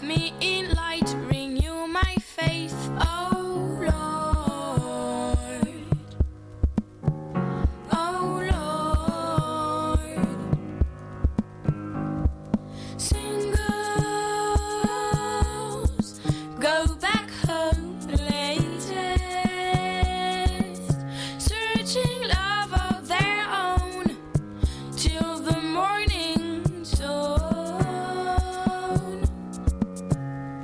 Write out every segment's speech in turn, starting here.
me in light, renew my faith, oh Lord. Oh Lord. Singles go back home latest, searching love of their own till the morning sun.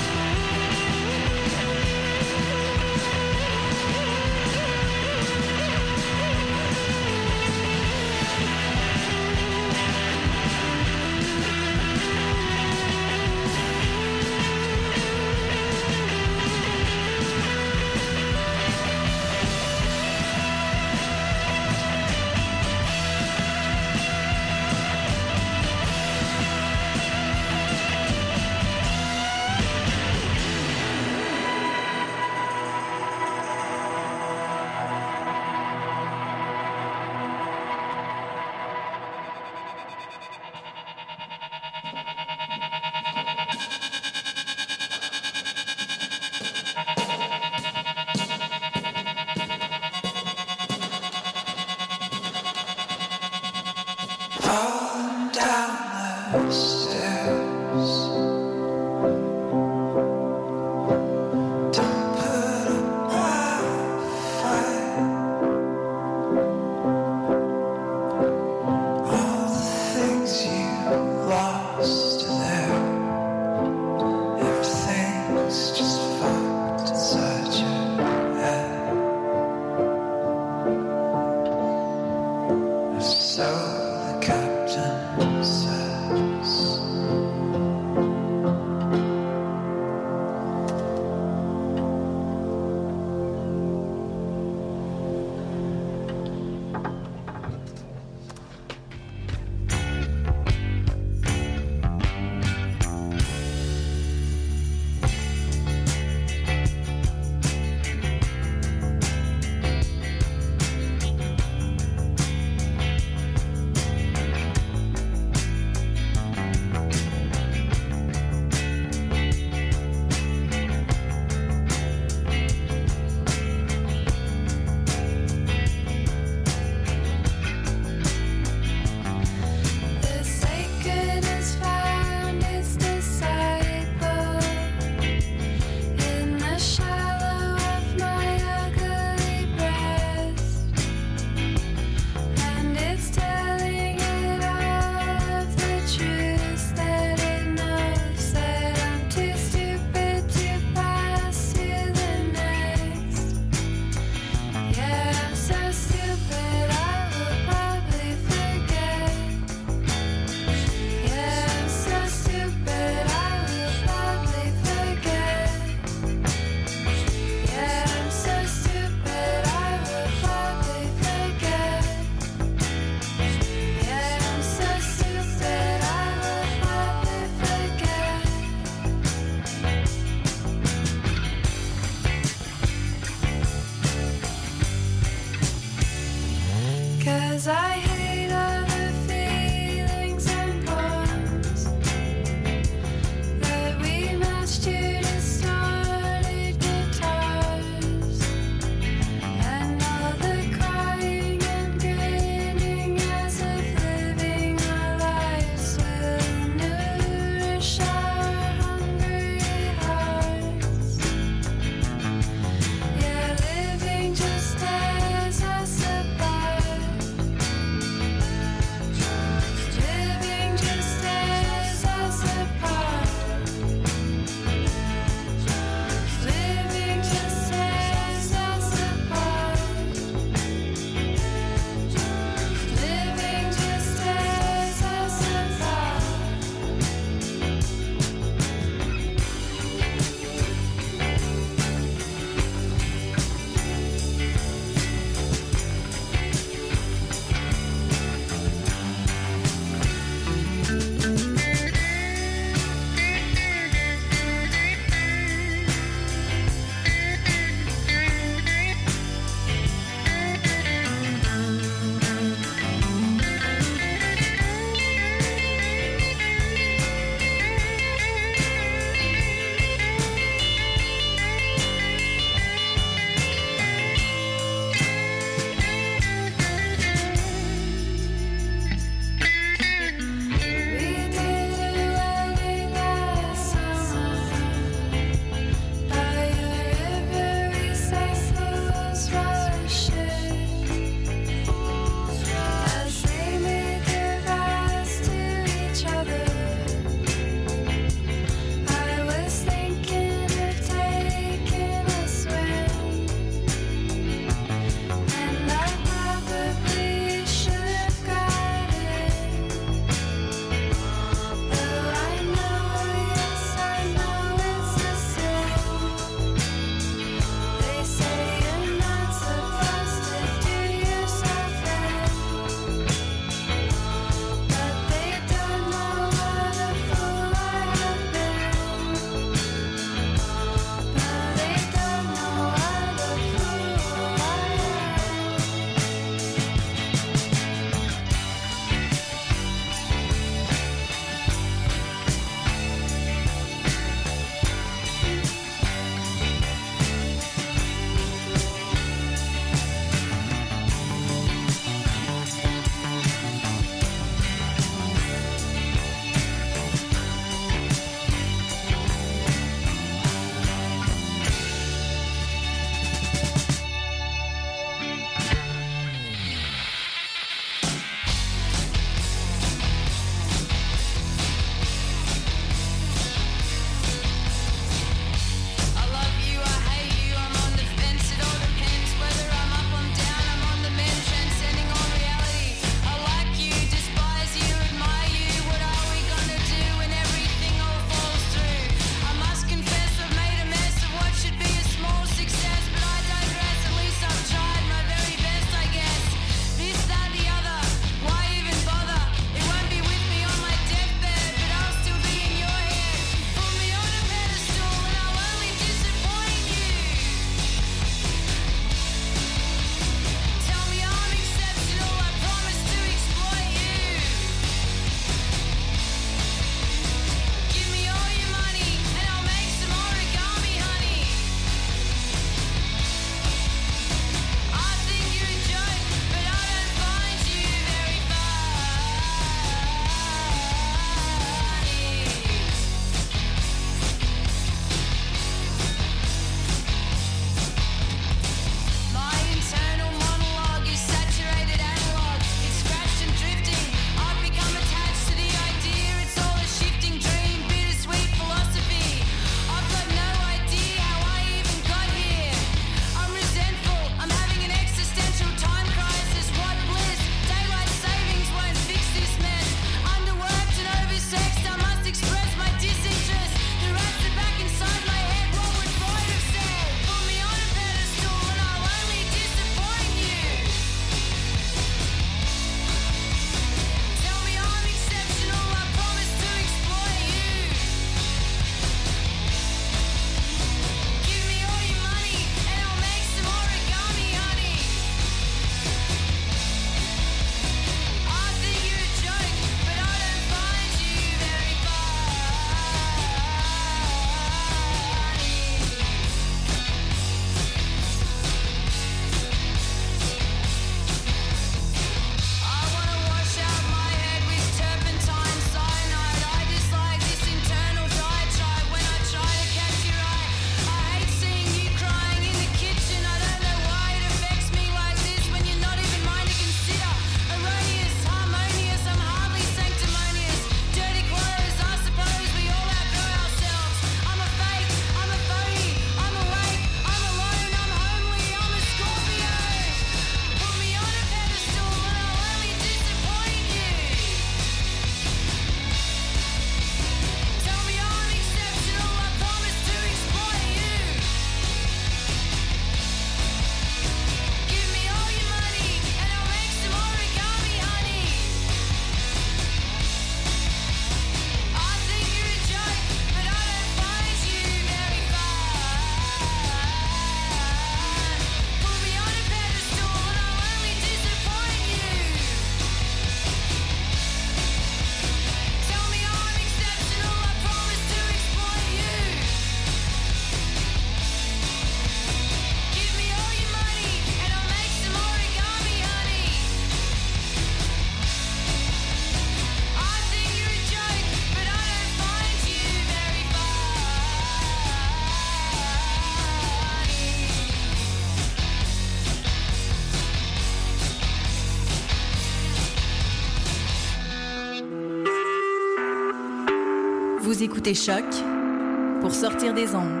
Vous écoutez Choc pour sortir des ondes.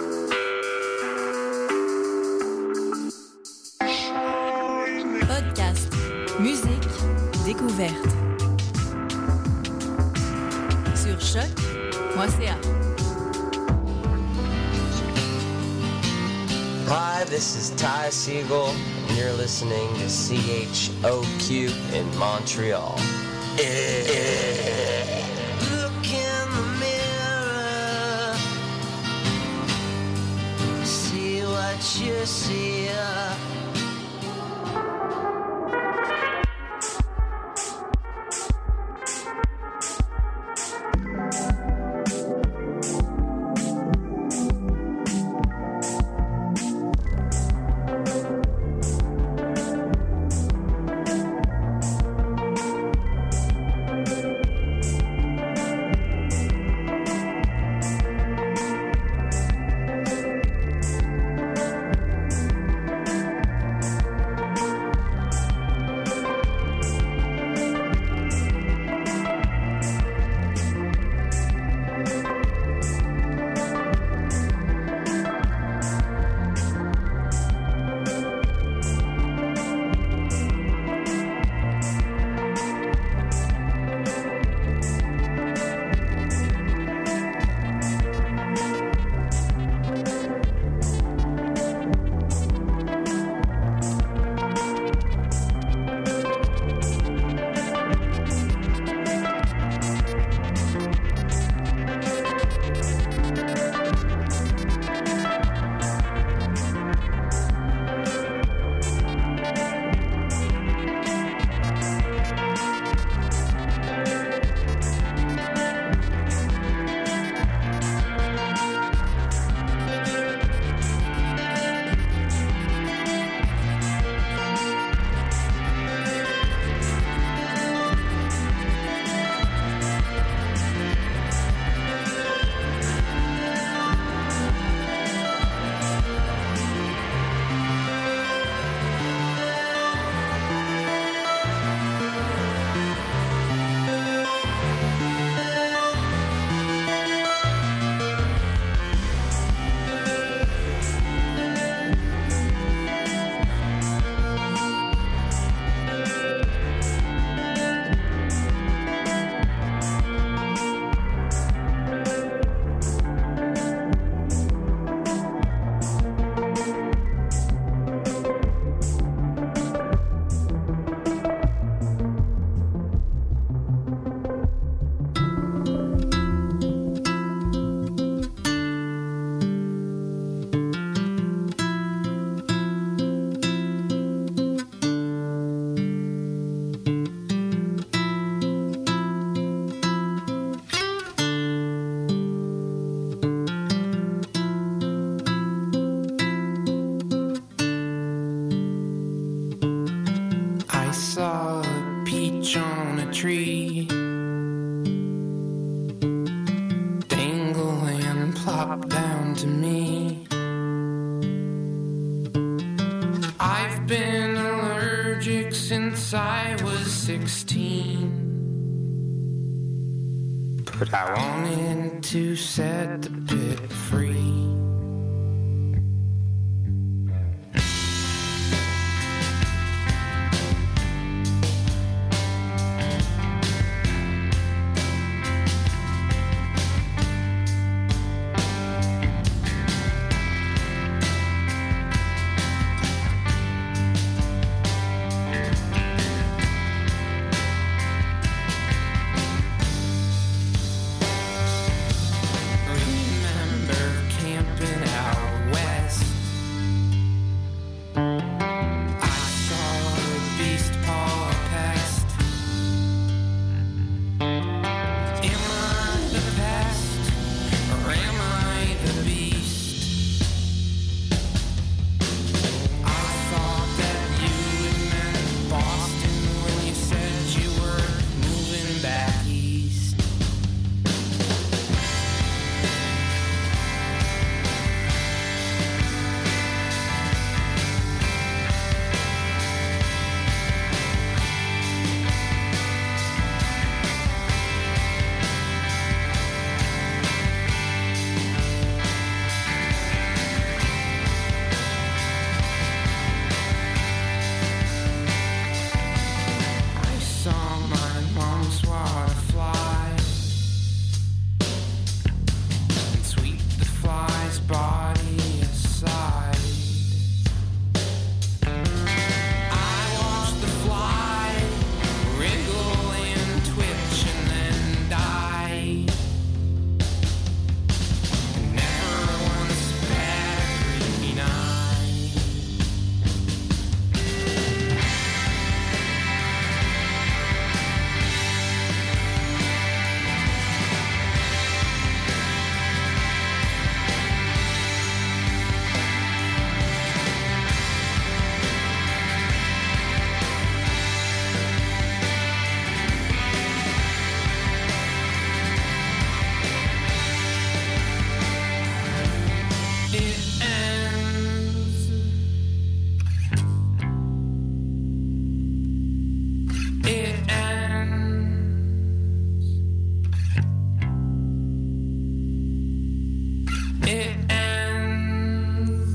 Podcast, musique, découverte. Sur choc.ca. Hi, this is Ty Siegel, and you're listening to CHOQ in Montreal. Look in the mirror, see what you see. But I wanted to set the pit free. Remember once what a fly, and sweep the fly's body aside. I watch the fly wriggle and twitch and then die. Never once had a green eye. It ends. It ends. It ends.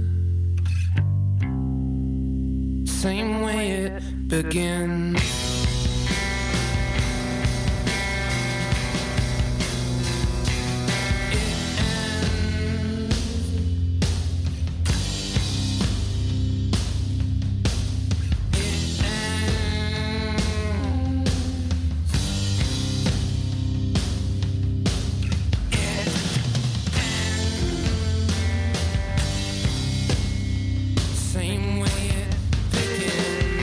Same way it begins. Same way it begins.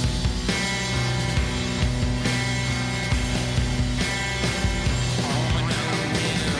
On a whim.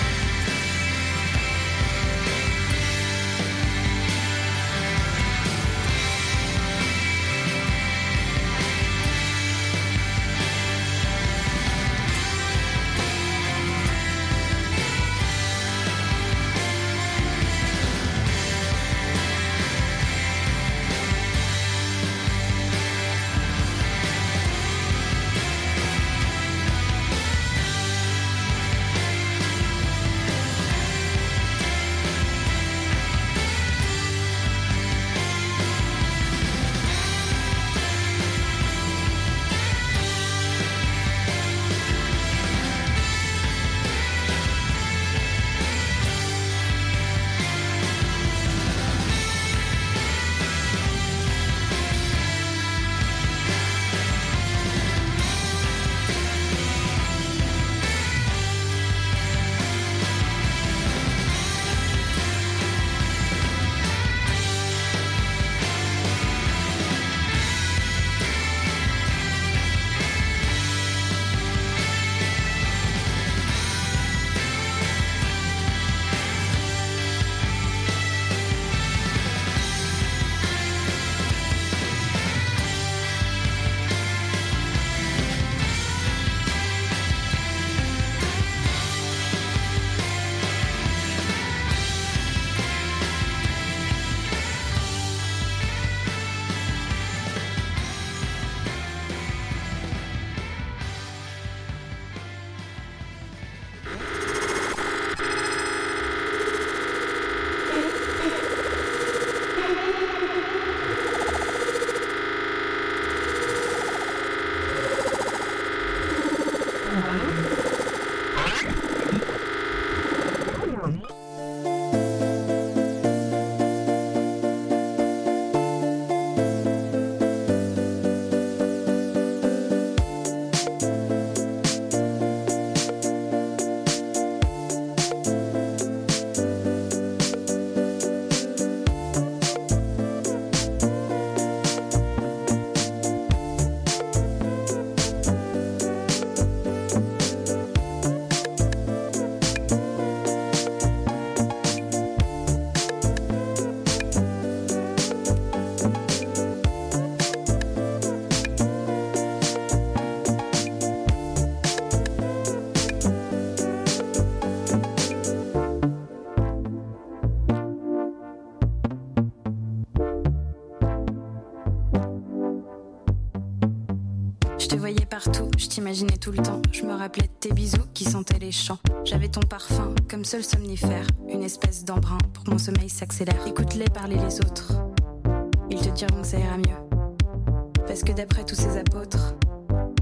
te voyais partout, je t'imaginais tout le temps. Je me rappelais de tes bisous qui sentaient les champs. J'avais ton parfum comme seul somnifère, une espèce d'embrun pour que mon sommeil s'accélère. Écoute-les parler les autres, ils te diront que ça ira mieux. Parce que d'après tous ces apôtres,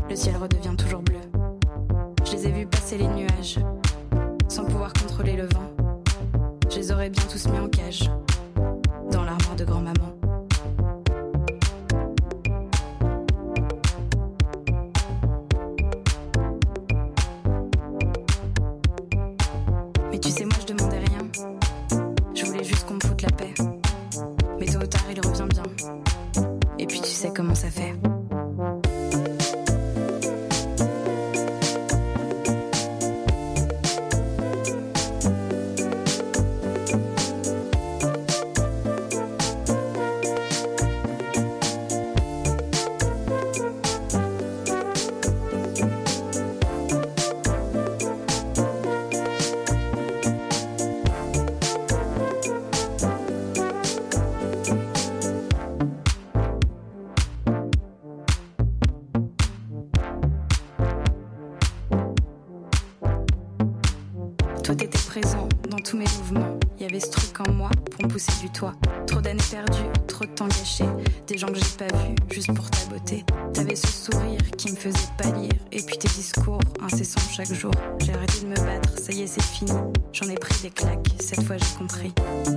le ciel redevient toujours bleu. Je les ai vus passer les nuages, sans pouvoir contrôler le vent. Je les aurais bien tous mis en cage, dans l'armoire de grand-maman. Mais tu sais, moi je demandais rien. Je voulais juste qu'on me foute la paix. Mais tôt ou tard il revient bien. Et puis tu sais comment ça fait. Toi t'étais présent dans tous mes mouvements. Il y avait ce truc en moi pour me pousser du toit. Trop d'années perdues, trop de temps gâché. Des gens que j'ai pas vus juste pour ta beauté. T'avais ce sourire qui me faisait pâlir. Et puis tes discours incessants chaque jour. J'ai arrêté de me battre, ça y est c'est fini. J'en ai pris des claques, cette fois j'ai compris.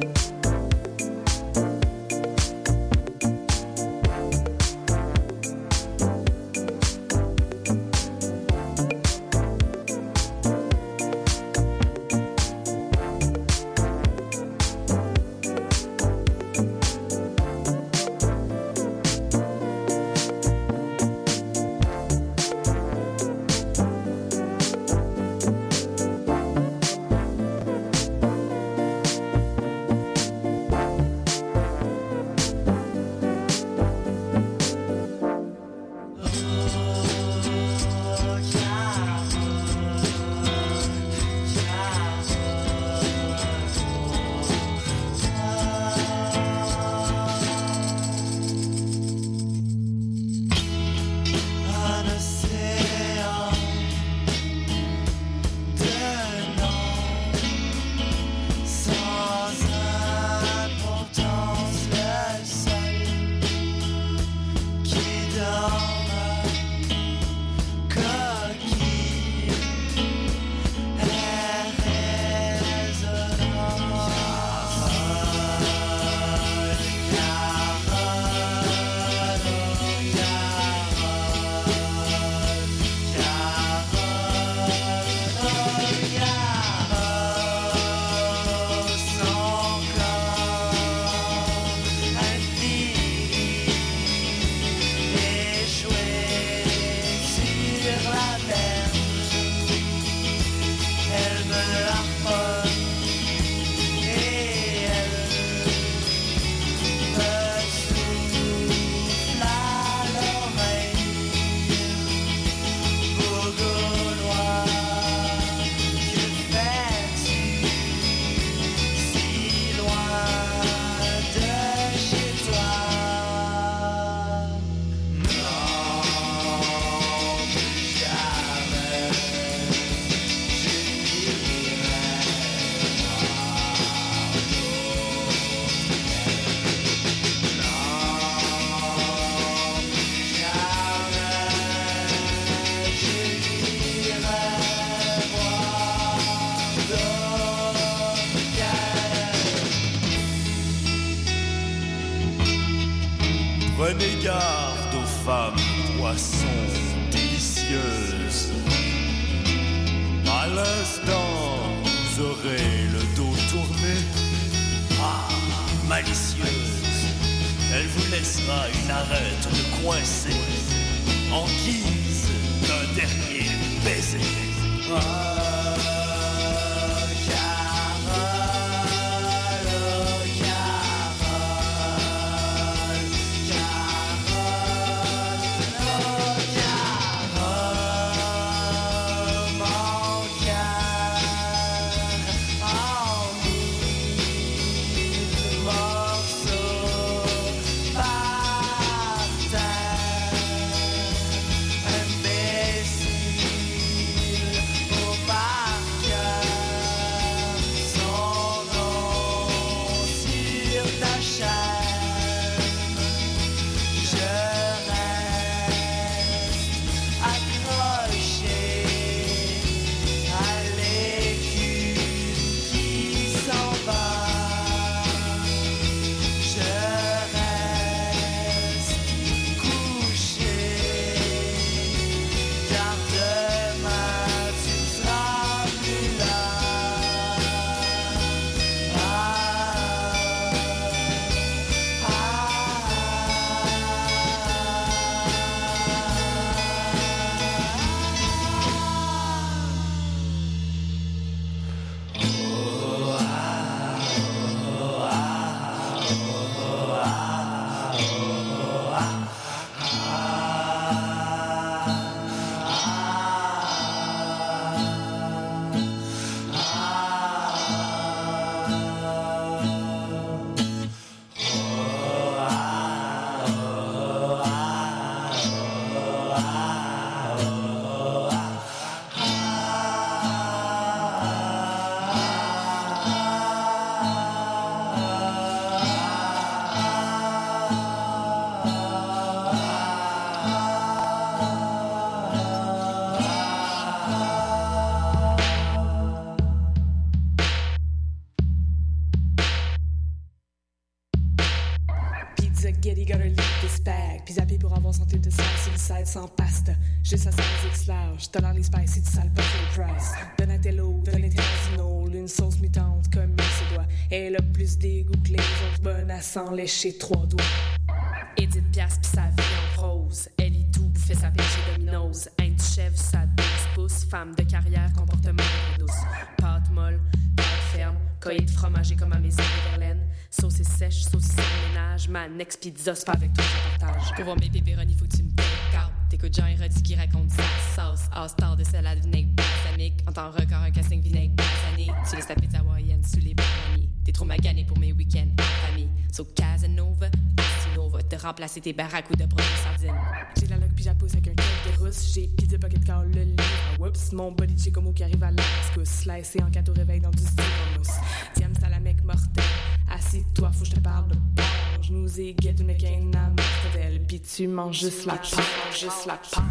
Prenez garde aux femmes, poissons délicieuses. À l'instant, vous aurez le dos tourné. Ah, malicieuse, elle vous laissera une arête de coincé en guise d'un dernier baiser. Imbécile, oh sans pasta, juste à 5X large. $, les spicy, tu sales pas full price. Donatello, Donatello, une sauce mutante comme il se doit. Elle a plus d'égout que les autres bonnes à s'en lécher 3 doigts. Edith Piaf pis sa vie en prose. Elle y tout bouffait sa pêche et dominose. Un chef, sa 12 pouces. Femme de carrière, comportement douce. Pâte molle, pâte ferme. Coït de fromager comme à Maison de Verlaine. Sauce sèche, sauce sans ménage. Manex pizza, c'est pas avec toi que je partage. Pour voir mes pépéronis, faut que tu me take out. T'écoutes Jean Hérodi qui raconte sa sauce. All-star de salade vinaigre balsamique. En temps record, un casting vinaigre balsamique. Tu laisses ta pizza hawaïenne sous les bananis. T'es trop magané pour mes week-ends en famille. So Casanova, Casanova, te remplacer tes barracudas pour des sardines. J'ai la loque pis j'appose avec un cake de rousse. J'ai pizza pocket car le livre. Whoops, mon body chick como qui arrive à la slicé en 4 au réveil dans du styromousse. Diam salamec mortel. Assis-toi, faut que je te parle de porc. Je nous ai guette une McCain à mortadelle. Pis tu manges juste la pâte, juste la pâte.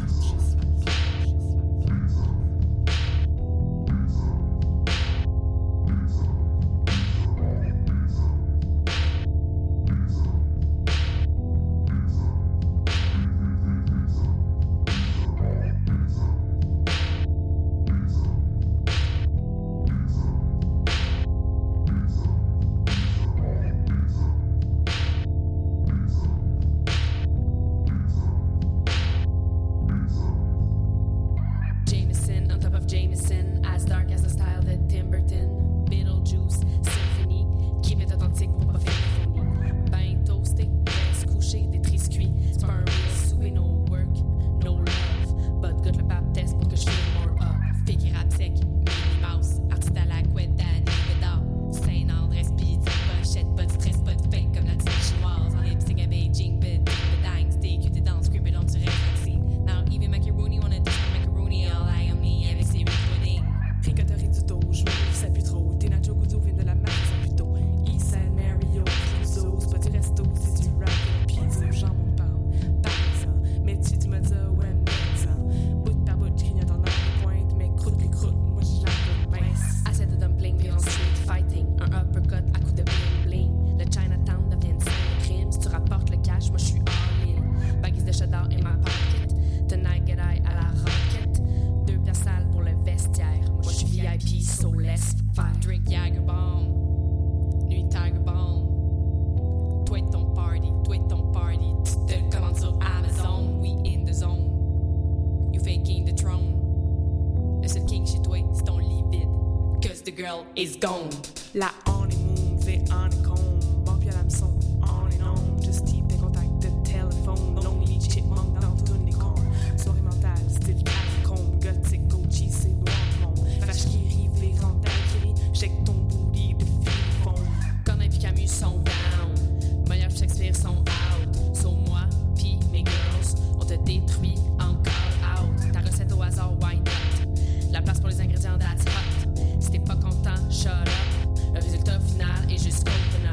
Is gone. La honeymoon, the honeycomb. Bon pis à l'hameçon, on and on. Just keep des contacts de téléphone. Lonely chipmunk dans tout les cons. Soirée mentale, style catacombe. Gothic, Gucci, c'est noir monde. Vache qui rive, les rentales qui rit. Shake ton booty de fond. Corneille pis Camus sont down. Molière pis Shakespeare sont out. So moi pis mes girls, on te détruit encore out. Ta recette au hasard, why not? La place pour les ingrédients, that's hot. Si t'es pas content, shut up. Le résultat final est juste contenant.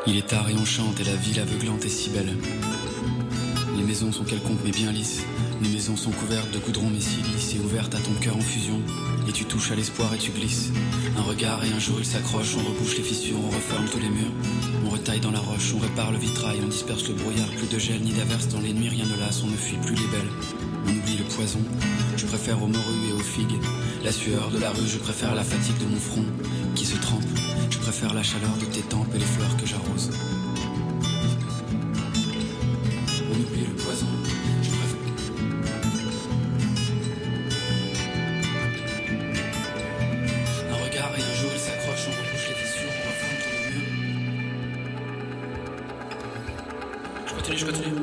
Il est tard et on chante et la ville aveuglante est si belle. Les maisons sont quelconques mais bien lisses. Les maisons sont couvertes de goudron mais si lisses et ouvertes à ton cœur en fusion. Et tu touches à l'espoir et tu glisses. Un regard et un jour il s'accroche, on rebouche les fissures, on referme tous les murs. On retaille dans la roche, on répare le vitrail, on disperse le brouillard. Plus de gel ni d'averse dans les nuits, rien ne lasse, on ne fuit plus les belles. On oublie le poison, je préfère aux morues et aux figues. La sueur de la rue, je préfère la fatigue de mon front qui se trempe. Je préfère la chaleur de tes tempes et les fleurs que j'arrose. On oublie le poison, je préfère... Un regard et un jour il s'accroche, on rebouche les fissures, on referme tous les murs. Je continue.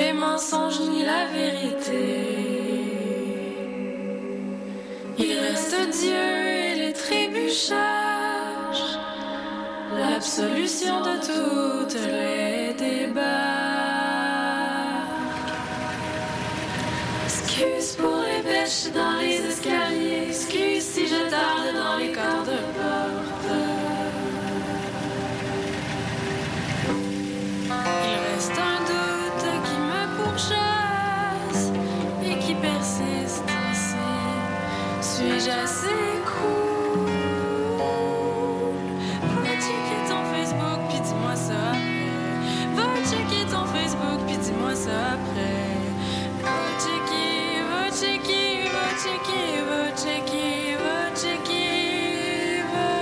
les mensonges ni la vérité. Il reste Dieu et les trébuchages, l'absolution de toutes les débarques. Excuse pour les bêches dans les escaliers, excuse si je tarde dans les corps de porte. Il reste un doute qui me pourchasse et qui persiste ici. Suis-je assez cool? Va checker ton Facebook puis dis-moi ça après. Va checker ton Facebook puis dis-moi ça après. Va checker, va checker, va checker, va checker, va checker, va.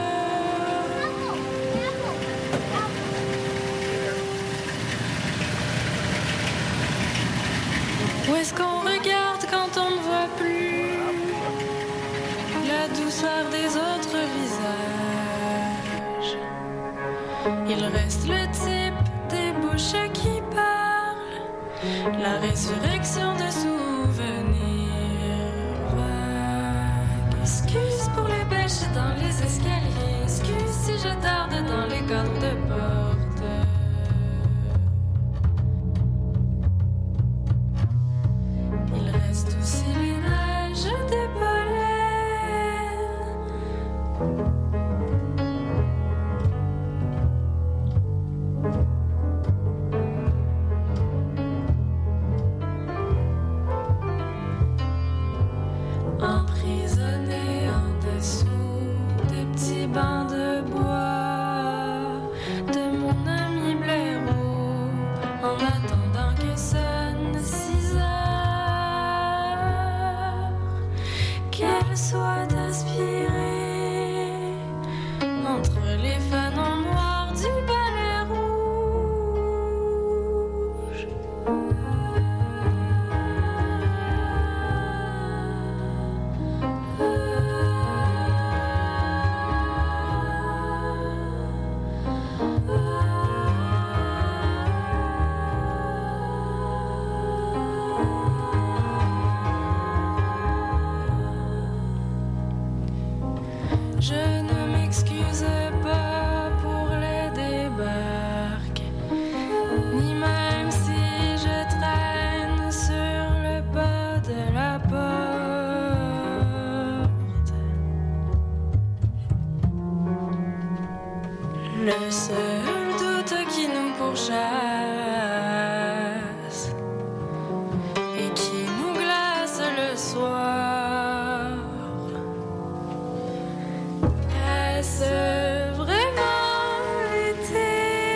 Où est-ce qu'on regarde quand on ne voit plus la douceur des autres visages? Il reste le type des bouches qui parlent, la résurrection de souvenirs vagues. Excuse pour les bêches dans les escaliers, excuse si je tarde dans les cadres de porte. Il reste aussi les neiges des pollen. Emprisonné en dessous des petits bancs de bois de mon ami blaireau, en attendant que sonne 6 heures, qu'elle soit inspirée entre les fanons noirs du balai rouge. Je ne m'excuse pas pour les débarques, ni même si je traîne sur le pas de la porte. Le seul doute qui nous pourchasse et qui nous glace le soir, est-ce vraiment l'été?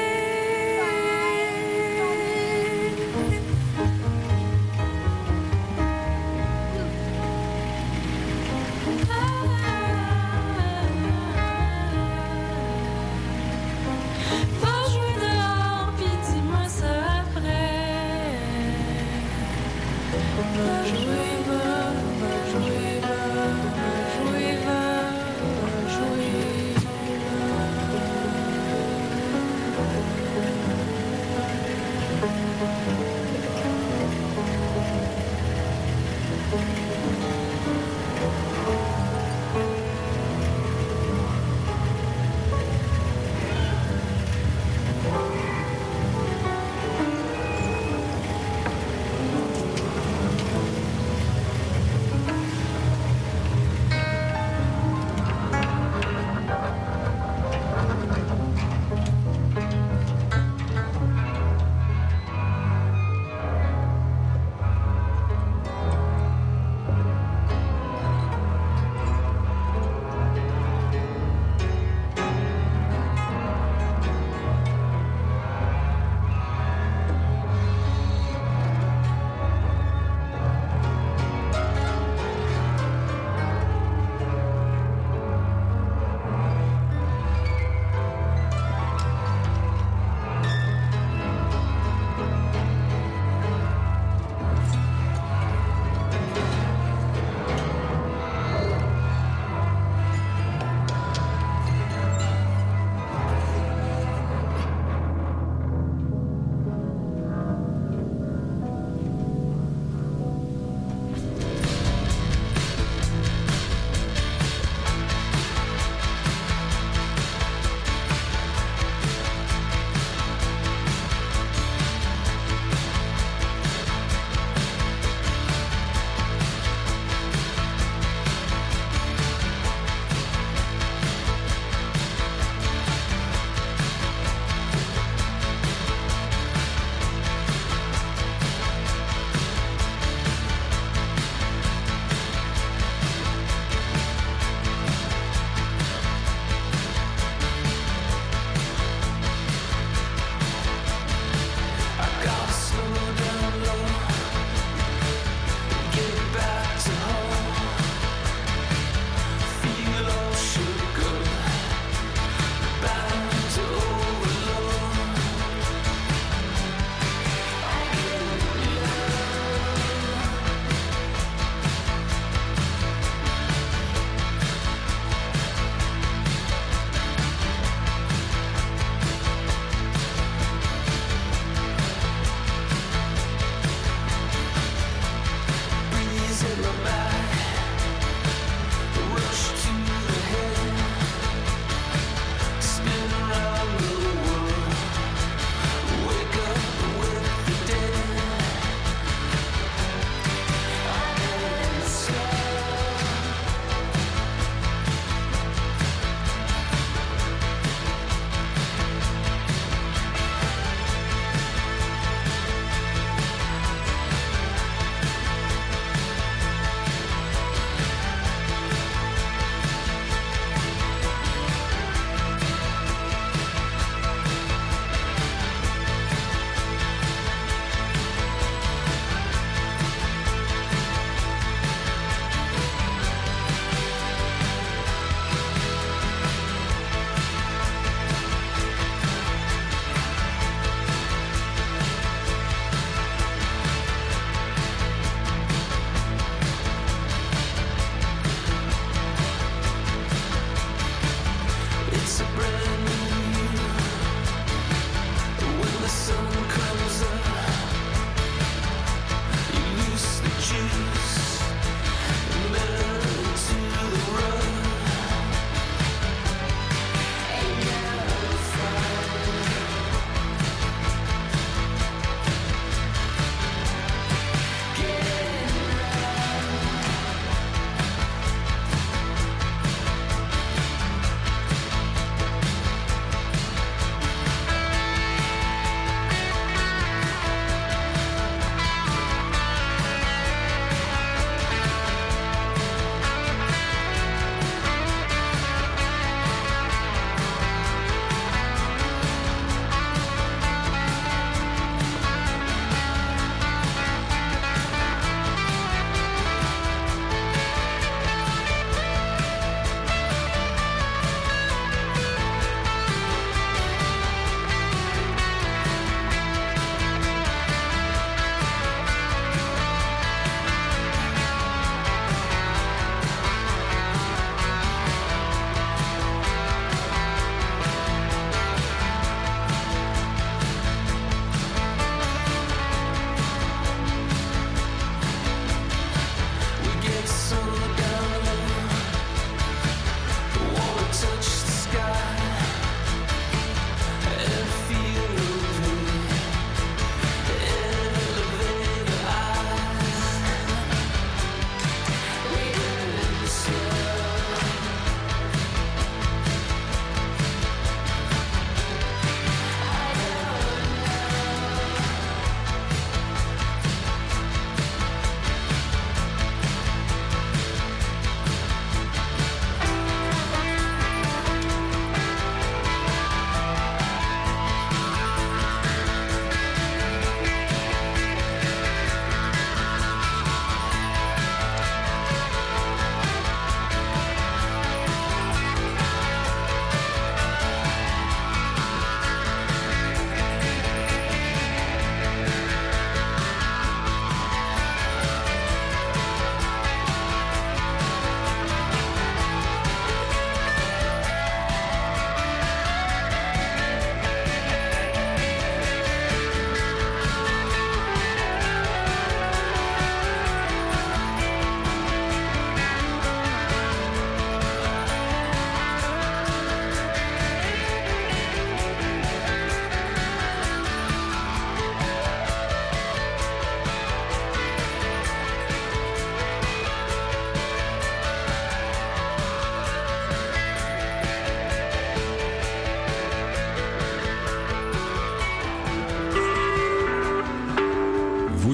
Va jouer dehors puis dis-moi ça après. Va jouer, va jouer, va jouer, va jouer.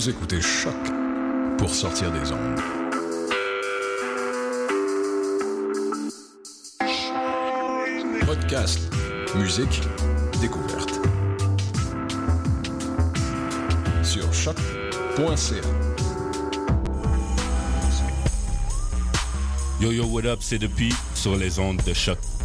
Vous écoutez Choc pour sortir des ondes. Podcast, musique, découverte. Sur choc.ca. Yo yo, what up, c'est depuis sur les ondes de Choc.